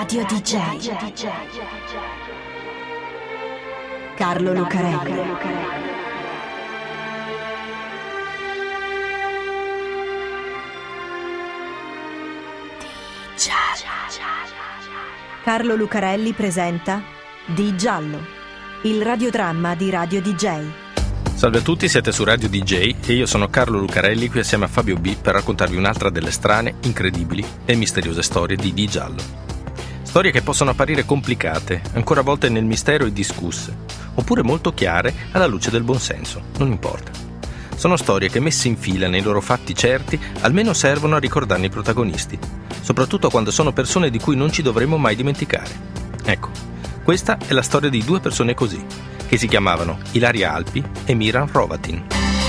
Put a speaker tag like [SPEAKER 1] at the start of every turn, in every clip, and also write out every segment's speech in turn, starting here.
[SPEAKER 1] Radio DJ. Carlo Lucarelli. Carlo Lucarelli presenta Di Giallo, il radiodramma di Radio DJ.
[SPEAKER 2] Salve a tutti, siete su Radio DJ e io sono Carlo Lucarelli qui assieme a Fabio B per raccontarvi un'altra delle strane, incredibili e misteriose storie di Di Giallo. Storie che possono apparire complicate, ancora a volte nel mistero e discusse, oppure molto chiare alla luce del buonsenso, non importa. Sono storie che messe in fila nei loro fatti certi almeno servono a ricordarne i protagonisti, soprattutto quando sono persone di cui non ci dovremmo mai dimenticare. Ecco, questa è la storia di due persone così, che si chiamavano Ilaria Alpi e Miran Hrovatin.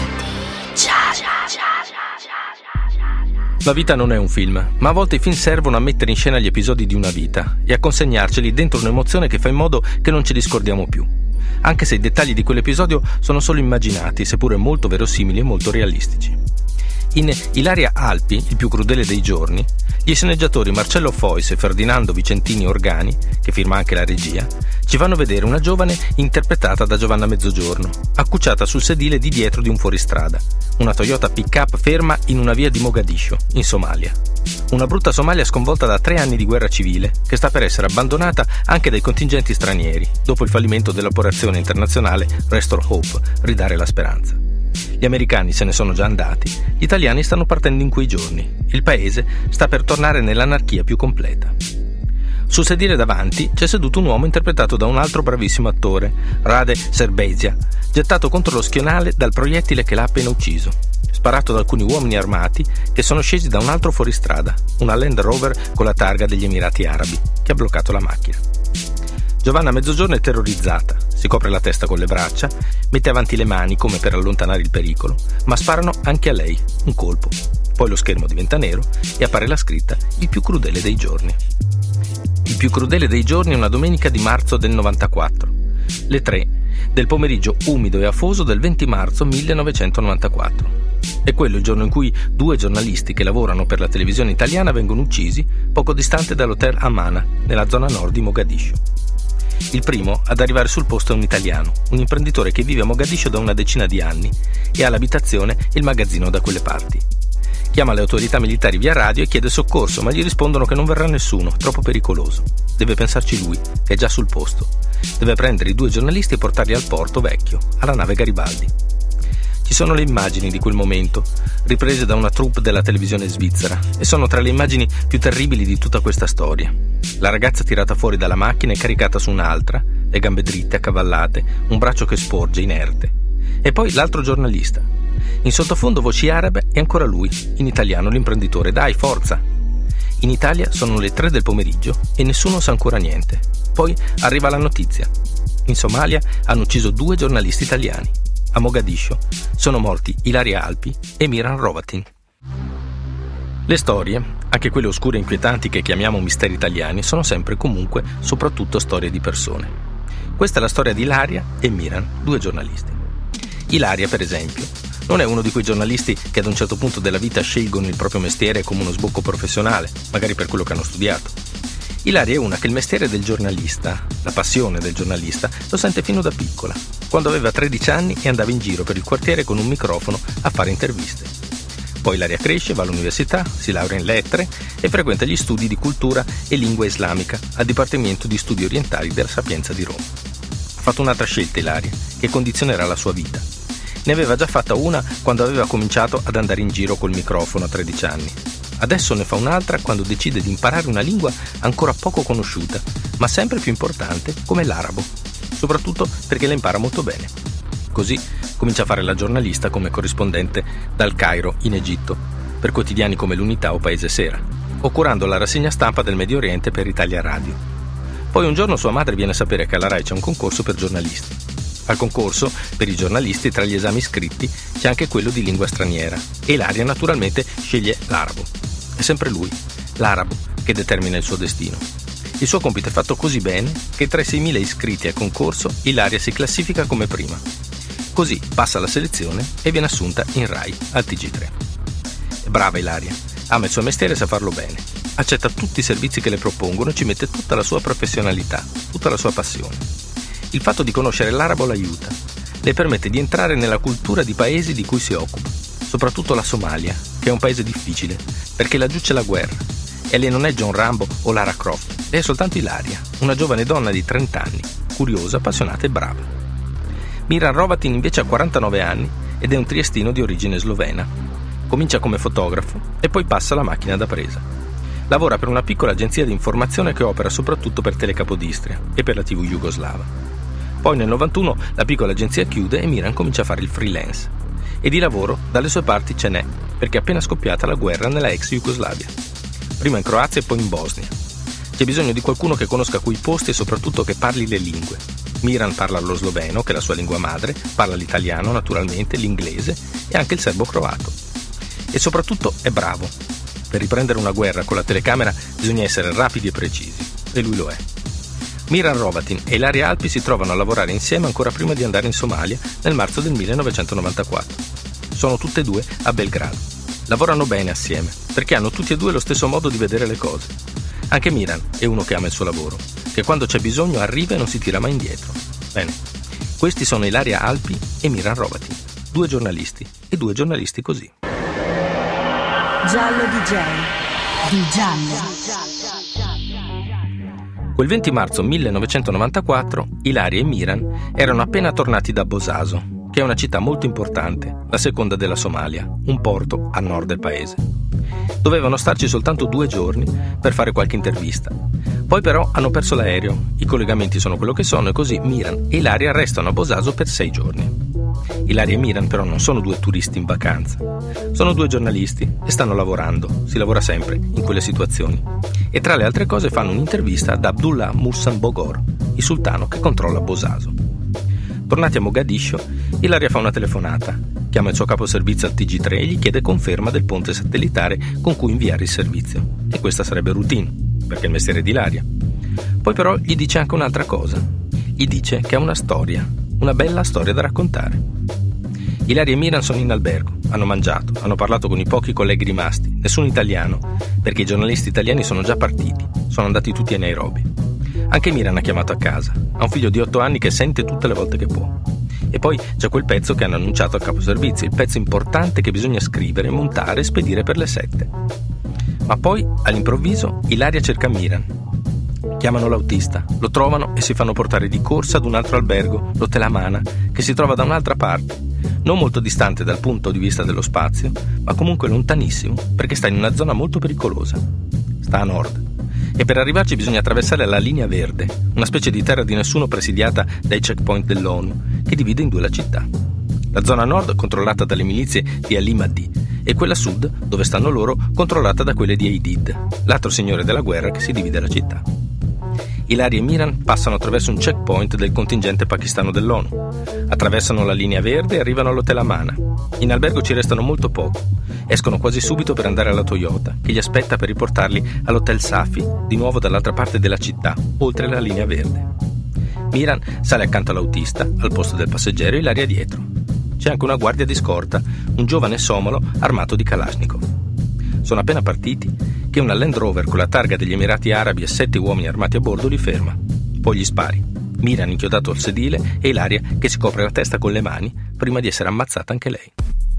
[SPEAKER 2] La vita non è un film, ma a volte i film servono a mettere in scena gli episodi di una vita e a consegnarceli dentro un'emozione che fa in modo che non ce li scordiamo più, anche se i dettagli di quell'episodio sono solo immaginati, seppure molto verosimili e molto realistici. In Ilaria Alpi, il più crudele dei giorni, gli sceneggiatori Marcello Fois e Ferdinando Vicentini Organi, che firma anche la regia, ci fanno vedere una giovane interpretata da Giovanna Mezzogiorno, accucciata sul sedile di dietro di un fuoristrada, una Toyota pick-up ferma in una via di Mogadiscio, in Somalia. Una brutta Somalia sconvolta da 3 anni di guerra civile, che sta per essere abbandonata anche dai contingenti stranieri, dopo il fallimento dell'operazione internazionale Restore Hope, ridare la speranza. Gli americani se ne sono già andati, gli italiani stanno partendo in quei giorni. Il paese sta per tornare nell'anarchia più completa. Sul sedile davanti c'è seduto un uomo interpretato da un altro bravissimo attore, Rade Serbezia, gettato contro lo schienale dal proiettile che l'ha appena ucciso, sparato da alcuni uomini armati che sono scesi da un altro fuoristrada, una Land Rover con la targa degli Emirati Arabi, che ha bloccato la macchina. Giovanna Mezzogiorno è terrorizzata, si copre la testa con le braccia, mette avanti le mani come per allontanare il pericolo, ma sparano anche a lei, un colpo. Poi lo schermo diventa nero e appare la scritta "Il più crudele dei giorni". Il più crudele dei giorni è una domenica di marzo del 94, le 3 del pomeriggio umido e afoso del 20 marzo 1994. È quello il giorno in cui 2 giornalisti che lavorano per la televisione italiana vengono uccisi poco distante dall'hotel Amana, nella zona nord di Mogadiscio. Il primo ad arrivare sul posto è un italiano, un imprenditore che vive a Mogadiscio da una decina di anni e ha l'abitazione e il magazzino da quelle parti. Chiama le autorità militari via radio e chiede soccorso, ma gli rispondono che non verrà nessuno, troppo pericoloso. Deve pensarci lui, che è già sul posto. Deve prendere i 2 giornalisti e portarli al porto vecchio, alla nave Garibaldi. Ci sono le immagini di quel momento, riprese da una troupe della televisione svizzera, e sono tra le immagini più terribili di tutta questa storia. La ragazza tirata fuori dalla macchina e caricata su un'altra, le gambe dritte, accavallate, un braccio che sporge, inerte. E poi l'altro giornalista. In sottofondo voci arabe e ancora lui, in italiano l'imprenditore. Dai, forza! In Italia sono le 3 del pomeriggio e nessuno sa ancora niente. Poi arriva la notizia. In Somalia hanno ucciso 2 giornalisti italiani. A Mogadiscio sono morti Ilaria Alpi e Miran Hrovatin. Le storie, anche quelle oscure e inquietanti che chiamiamo misteri italiani, sono sempre comunque soprattutto storie di persone. Questa è la storia di Ilaria e Miran, 2 giornalisti. Ilaria, per esempio, non è uno di quei giornalisti che ad un certo punto della vita scelgono il proprio mestiere come uno sbocco professionale, magari per quello che hanno studiato. Ilaria è una che il mestiere del giornalista, la passione del giornalista, lo sente fino da piccola, quando aveva 13 anni e andava in giro per il quartiere con un microfono a fare interviste. Poi Ilaria cresce, va all'università, si laurea in lettere e frequenta gli studi di cultura e lingua islamica al Dipartimento di Studi Orientali della Sapienza di Roma. Ha fatto un'altra scelta Ilaria, che condizionerà la sua vita. Ne aveva già fatta una quando aveva cominciato ad andare in giro col microfono a 13 anni. Adesso ne fa un'altra quando decide di imparare una lingua ancora poco conosciuta, ma sempre più importante, come l'arabo, soprattutto perché la impara molto bene. Così comincia a fare la giornalista come corrispondente dal Cairo, in Egitto, per quotidiani come l'Unità o Paese Sera, o curando la rassegna stampa del Medio Oriente per Italia Radio. Poi un giorno sua madre viene a sapere che alla Rai c'è un concorso per giornalisti. Al concorso, per i giornalisti, tra gli esami scritti, c'è anche quello di lingua straniera e Ilaria naturalmente sceglie l'arabo. È sempre lui, l'arabo, che determina il suo destino. Il suo compito è fatto così bene che tra i 6.000 iscritti al concorso Ilaria si classifica come prima. Così passa la selezione e viene assunta in Rai al TG3. È brava Ilaria, ama il suo mestiere e sa farlo bene. accetta tutti i servizi che le propongono e ci mette tutta la sua professionalità, tutta la sua passione. Il fatto di conoscere l'arabo l'aiuta, le permette di entrare nella cultura di paesi di cui si occupa, soprattutto la Somalia, che è un paese difficile, perché laggiù c'è la guerra, e lei non è John Rambo o Lara Croft, lei è soltanto Ilaria, una giovane donna di 30 anni, curiosa, appassionata e brava. Miran Hrovatin invece ha 49 anni ed è un triestino di origine slovena. Comincia come fotografo e poi passa alla macchina da presa. Lavora per una piccola agenzia di informazione che opera soprattutto per Telecapodistria e per la TV jugoslava. Poi nel 91 la piccola agenzia chiude e Miran comincia a fare il freelance. E di lavoro dalle sue parti ce n'è, perché è appena scoppiata la guerra nella ex Jugoslavia. Prima in Croazia e poi in Bosnia. C'è bisogno di qualcuno che conosca quei posti e soprattutto che parli le lingue. Miran parla lo sloveno, che è la sua lingua madre, parla l'italiano naturalmente, l'inglese e anche il serbo-croato. E soprattutto è bravo. Per riprendere una guerra con la telecamera bisogna essere rapidi e precisi, e lui lo è. Miran Hrovatin e Ilaria Alpi si trovano a lavorare insieme ancora prima di andare in Somalia nel marzo del 1994. Sono tutte e due a Belgrado. Lavorano bene assieme, perché hanno tutti e due lo stesso modo di vedere le cose. Anche Miran è uno che ama il suo lavoro, che quando c'è bisogno arriva e non si tira mai indietro. Bene, questi sono Ilaria Alpi e Miran Hrovatin, due giornalisti e due giornalisti così.
[SPEAKER 1] Giallo DJ di Giallo.
[SPEAKER 2] Quel 20 marzo 1994 Ilaria e Miran erano appena tornati da Bosaso, che è una città molto importante, la seconda della Somalia, un porto a nord del paese. Dovevano starci soltanto 2 giorni per fare qualche intervista. Poi però hanno perso l'aereo, i collegamenti sono quello che sono e così Miran e Ilaria restano a Bosaso per 6 giorni. Ilaria e Miran però non sono 2 turisti in vacanza, sono 2 giornalisti e stanno lavorando, si lavora sempre in quelle situazioni. E tra le altre cose fanno un'intervista ad Abdullah Muhsan Bogor, il sultano che controlla Bosaso. Tornati a Mogadiscio, Ilaria fa una telefonata, chiama il suo caposervizio al TG3 e gli chiede conferma del ponte satellitare con cui inviare il servizio. E questa sarebbe routine, perché è il mestiere di Ilaria. Poi però gli dice anche un'altra cosa. Gli dice che ha una storia, una bella storia da raccontare. Ilaria e Miran sono in albergo, hanno mangiato, hanno parlato con i pochi colleghi rimasti, nessun italiano, perché i giornalisti italiani sono già partiti, sono andati tutti a Nairobi. Anche Miran ha chiamato a casa, ha un figlio di 8 anni che sente tutte le volte che può. E poi c'è quel pezzo che hanno annunciato al caposervizio, il pezzo importante che bisogna scrivere, montare e spedire per le 7. Ma poi, all'improvviso, Ilaria cerca Miran. Chiamano l'autista, lo trovano e si fanno portare di corsa ad un altro albergo, l'Hotel Amana, che si trova da un'altra parte, non molto distante dal punto di vista dello spazio, ma comunque lontanissimo, perché sta in una zona molto pericolosa. Sta a nord. E per arrivarci bisogna attraversare la linea verde, una specie di terra di nessuno presidiata dai checkpoint dell'ONU, che divide in 2 la città. La zona nord controllata dalle milizie di Ali Mahdi e quella sud, dove stanno loro, controllata da quelle di Aidid, l'altro signore della guerra che si divide la città. Ilaria e Miran passano attraverso un checkpoint del contingente pakistano dell'ONU, attraversano la linea verde e arrivano all'Hotel Amana. In albergo ci restano molto poco, escono quasi subito per andare alla Toyota, che li aspetta per riportarli all'Hotel Safi, di nuovo dall'altra parte della città, oltre la linea verde. Miran sale accanto all'autista, al posto del passeggero, e Ilaria dietro. C'è anche una guardia di scorta, un giovane somalo armato di Kalashnikov. Sono appena partiti che una Land Rover con la targa degli Emirati Arabi e 7 uomini armati a bordo li ferma. Poi gli spari. Miran inchiodato al sedile e Ilaria che si copre la testa con le mani prima di essere ammazzata anche lei.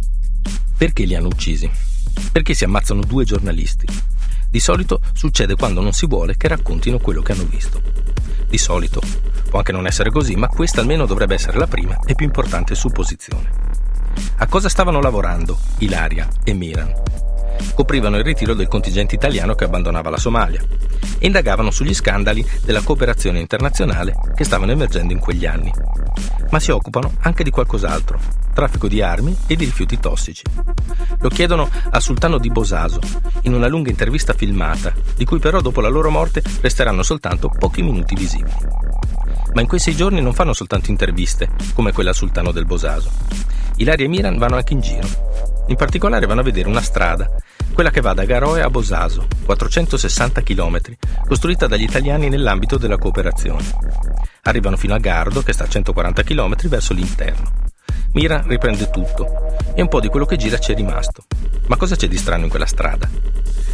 [SPEAKER 2] Perché li hanno uccisi? Perché si ammazzano 2 giornalisti? Di solito succede quando non si vuole che raccontino quello che hanno visto. Di solito. Può anche non essere così, ma questa almeno dovrebbe essere la prima e più importante supposizione. A cosa stavano lavorando Ilaria e Miran? Coprivano il ritiro del contingente italiano che abbandonava la Somalia e indagavano sugli scandali della cooperazione internazionale che stavano emergendo in quegli anni. Ma si occupano anche di qualcos'altro, traffico di armi e di rifiuti tossici. Lo chiedono al sultano di Bosaso in una lunga intervista filmata, di cui però dopo la loro morte resteranno soltanto pochi minuti visibili. Ma in quei 6 giorni non fanno soltanto interviste, come quella al sultano del Bosaso. Ilaria e Miran vanno anche in giro. In particolare vanno a vedere una strada, quella che va da Garoe a Bosaso, 460 km, costruita dagli italiani nell'ambito della cooperazione. Arrivano fino a Gardo, che sta a 140 km verso l'interno. Miran riprende tutto e un po' di quello che gira c'è rimasto. Ma cosa c'è di strano in quella strada?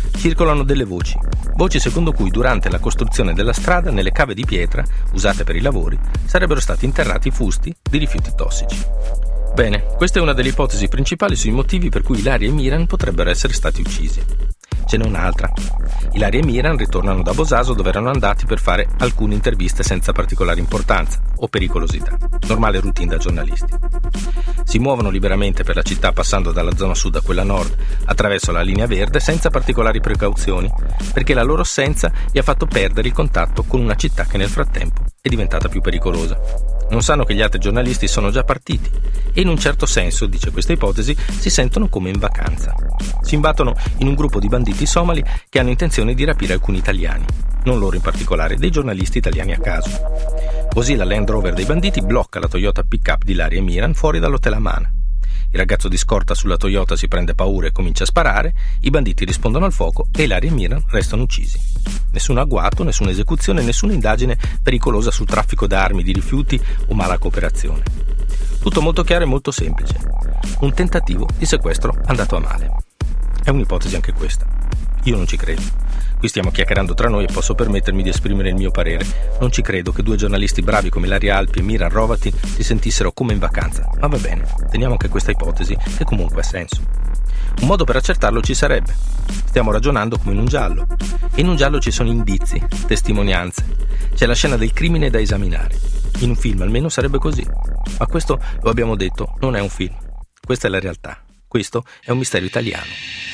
[SPEAKER 2] circolano delle voci secondo cui durante la costruzione della strada nelle cave di pietra usate per i lavori sarebbero stati interrati fusti di rifiuti tossici. Bene, questa è una delle ipotesi principali sui motivi per cui Ilaria e Miran potrebbero essere stati uccisi. Ce n'è un'altra. Ilaria e Miran ritornano da Bosaso dove erano andati per fare alcune interviste senza particolare importanza o pericolosità, normale routine da giornalisti. Si muovono liberamente per la città passando dalla zona sud a quella nord attraverso la linea verde senza particolari precauzioni, perché la loro assenza gli ha fatto perdere il contatto con una città che nel frattempo è diventata più pericolosa. Non sanno che gli altri giornalisti sono già partiti e in un certo senso, dice questa ipotesi, si sentono come in vacanza. Si imbattono in un gruppo di banditi somali che hanno intenzione di rapire alcuni italiani, non loro in particolare, dei giornalisti italiani a caso. Così la Land Rover dei banditi blocca la Toyota pick-up di Ilaria e Miran fuori dall'hotel Amana. Il ragazzo di scorta sulla Toyota si prende paura e comincia a sparare, i banditi rispondono al fuoco e Ilaria e Miran restano uccisi. Nessun agguato, nessuna esecuzione, nessuna indagine pericolosa sul traffico d'armi, di rifiuti o mala cooperazione. Tutto molto chiaro e molto semplice. Un tentativo di sequestro andato a male. È un'ipotesi anche questa. Io non ci credo. Qui stiamo chiacchierando tra noi e posso permettermi di esprimere il mio parere. Non ci credo che due giornalisti bravi come Ilaria Alpi e Miran Hrovatin si sentissero come in vacanza. Ma va bene, teniamo anche questa ipotesi, che comunque ha senso. Un modo per accertarlo ci sarebbe. Stiamo ragionando come in un giallo. E in un giallo ci sono indizi, testimonianze. C'è la scena del crimine da esaminare. In un film almeno sarebbe così. Ma questo, lo abbiamo detto, non è un film. Questa è la realtà. Questo è un mistero italiano.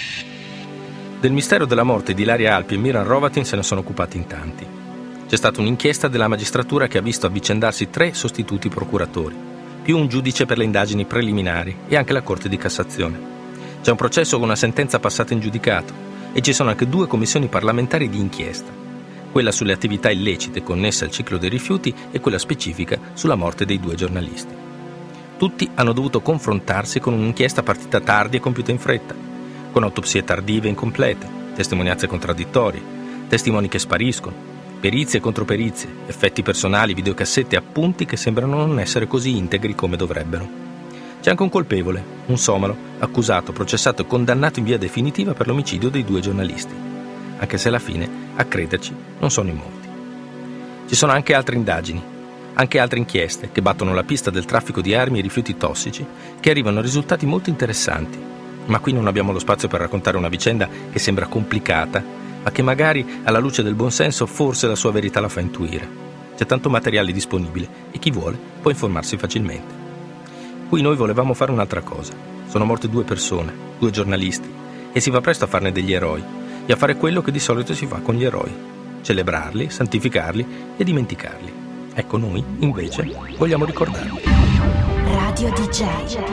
[SPEAKER 2] Del mistero della morte di Ilaria Alpi e Miran Hrovatin se ne sono occupati in tanti. C'è stata un'inchiesta della magistratura che ha visto avvicendarsi 3 sostituti procuratori, più un giudice per le indagini preliminari e anche la Corte di Cassazione. C'è un processo con una sentenza passata in giudicato e ci sono anche 2 commissioni parlamentari di inchiesta, quella sulle attività illecite connesse al ciclo dei rifiuti e quella specifica sulla morte dei 2 giornalisti. Tutti hanno dovuto confrontarsi con un'inchiesta partita tardi e compiuta in fretta, con autopsie tardive e incomplete, testimonianze contraddittorie, testimoni che spariscono, perizie e controperizie, effetti personali, videocassette e appunti che sembrano non essere così integri come dovrebbero. C'è anche un colpevole, un somalo, accusato, processato e condannato in via definitiva per l'omicidio dei 2 giornalisti, anche se alla fine, a crederci, non sono in molti. Ci sono anche altre indagini, anche altre inchieste che battono la pista del traffico di armi e rifiuti tossici che arrivano a risultati molto interessanti. Ma qui non abbiamo lo spazio per raccontare una vicenda che sembra complicata, ma che magari, alla luce del buonsenso, forse la sua verità la fa intuire. C'è tanto materiale disponibile e chi vuole può informarsi facilmente. Qui noi volevamo fare un'altra cosa. Sono morte 2 persone, 2 giornalisti, e si va presto a farne degli eroi, e a fare quello che di solito si fa con gli eroi: celebrarli, santificarli e dimenticarli. Ecco, noi, invece, vogliamo ricordarli.
[SPEAKER 1] Radio DJ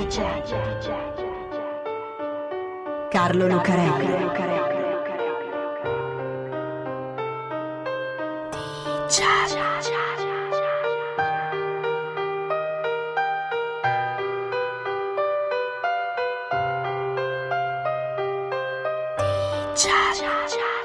[SPEAKER 1] Carlo Lucarelli. DJ